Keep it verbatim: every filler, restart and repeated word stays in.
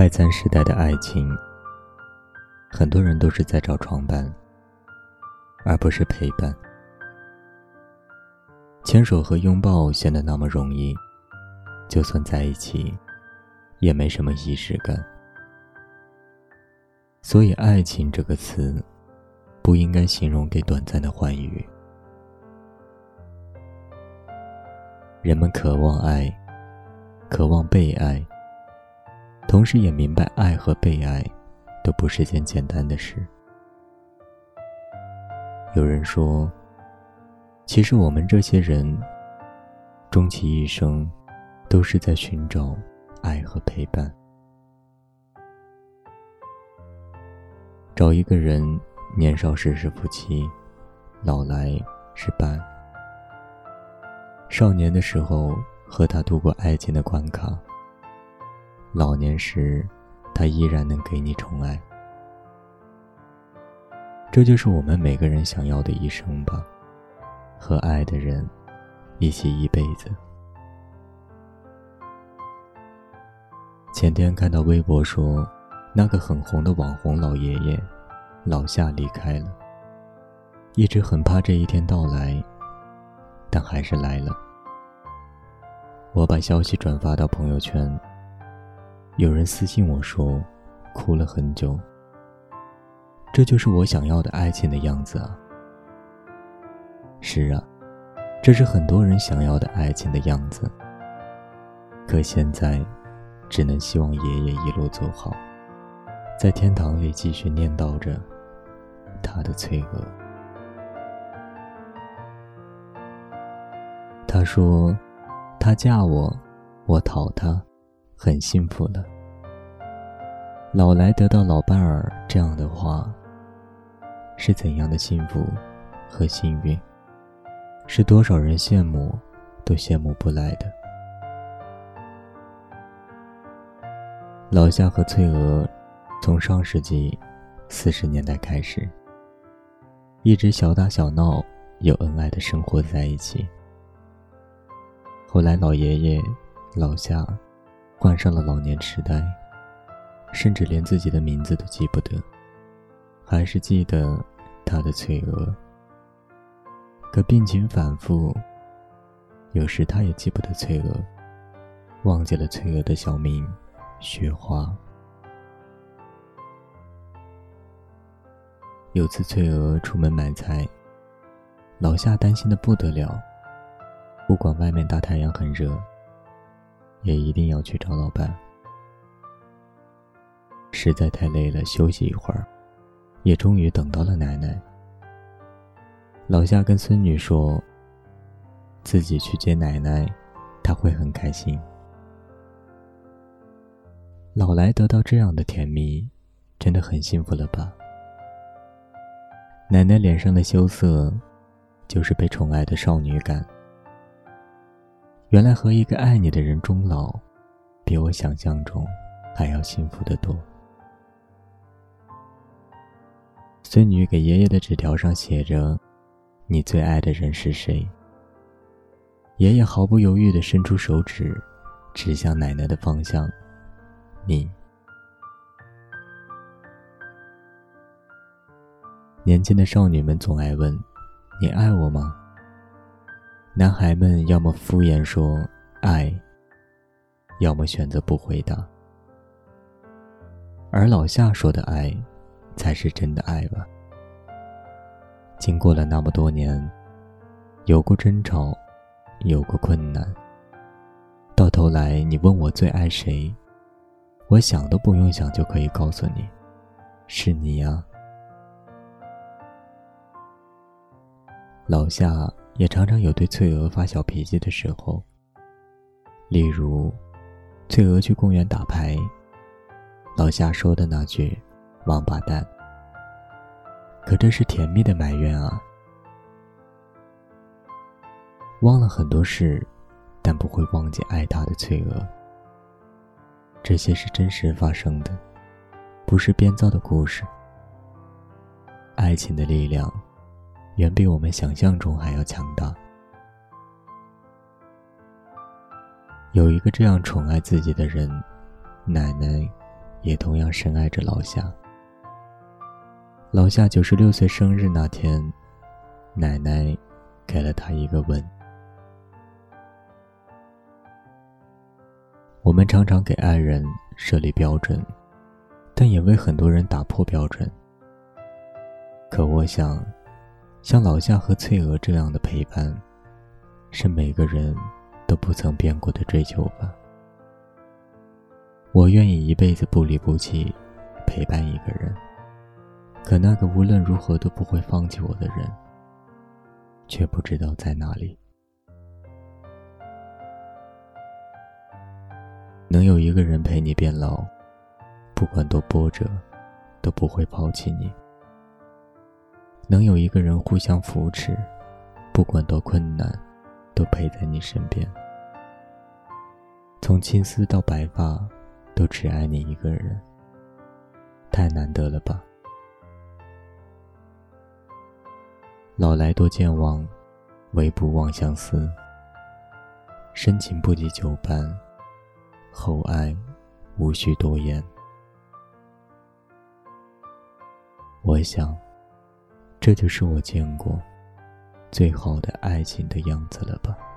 快餐时代的爱情，很多人都是在找床伴，而不是陪伴。牵手和拥抱显得那么容易，就算在一起，也没什么仪式感。所以爱情这个词，不应该形容给短暂的欢愉。人们渴望爱，渴望被爱，同时也明白爱和被爱都不是件简单的事。有人说，其实我们这些人终其一生都是在寻找爱和陪伴。找一个人，年少时是夫妻，老来是伴。少年的时候和他度过爱情的关卡，老年时他依然能给你宠爱。这就是我们每个人想要的一生吧，和爱的人一起一辈子。前天看到微博说，那个很红的网红老爷爷老夏离开了，一直很怕这一天到来，但还是来了。我把消息转发到朋友圈，有人私信我说，哭了很久。这就是我想要的爱情的样子啊。是啊，这是很多人想要的爱情的样子。可现在只能希望爷爷一路走好，在天堂里继续念叨着他的翠娥。他说，他嫁我，我讨他，很幸福了。老来得到老伴儿这样的话，是怎样的幸福和幸运，是多少人羡慕都羡慕不来的。老夏和翠娥从上世纪四十年代开始，一直小打小闹，有恩爱的生活在一起。后来老爷爷老夏患上了老年痴呆，甚至连自己的名字都记不得，还是记得他的翠娥。可病情反复，有时他也记不得翠娥，忘记了翠娥的小名雪花。有次翠娥出门买菜，老夏担心得不得了，不管外面大太阳很热，也一定要去找老伴。实在太累了，休息一会儿，也终于等到了奶奶。老夏跟孙女说，自己去接奶奶，她会很开心。老来得到这样的甜蜜，真的很幸福了吧？奶奶脸上的羞涩，就是被宠爱的少女感。原来和一个爱你的人终老，比我想象中还要幸福得多。孙女给爷爷的纸条上写着，你最爱的人是谁？爷爷毫不犹豫地伸出手指，指向奶奶的方向，你。年轻的少女们总爱问，你爱我吗？男孩们要么敷衍说爱，要么选择不回答。而老夏说的爱，才是真的爱吧。经过了那么多年，有过争吵，有过困难，到头来你问我最爱谁，我想都不用想就可以告诉你，是你啊。老夏也常常有对翠娥发小脾气的时候，例如翠娥去公园打牌，老夏说的那句王八蛋，可这是甜蜜的埋怨啊。忘了很多事，但不会忘记爱她的翠娥。这些是真实发生的，不是编造的故事。爱情的力量远比我们想象中还要强大。有一个这样宠爱自己的人，奶奶也同样深爱着老夏。老夏九十六岁生日那天，奶奶给了他一个吻。我们常常给爱人设立标准，但也为很多人打破标准。可我想，像老夏和翠娥这样的陪伴，是每个人都不曾变过的追求吧。我愿意一辈子不离不弃陪伴一个人，可那个无论如何都不会放弃我的人，却不知道在哪里。能有一个人陪你变老，不管多波折，都不会抛弃你。能有一个人互相扶持，不管多困难，都陪在你身边。从青丝到白发，都只爱你一个人，太难得了吧。老来多健忘，唯不忘相思。深情不及久伴，厚爱无需多言。我想，这就是我见过最好的爱情的样子了吧。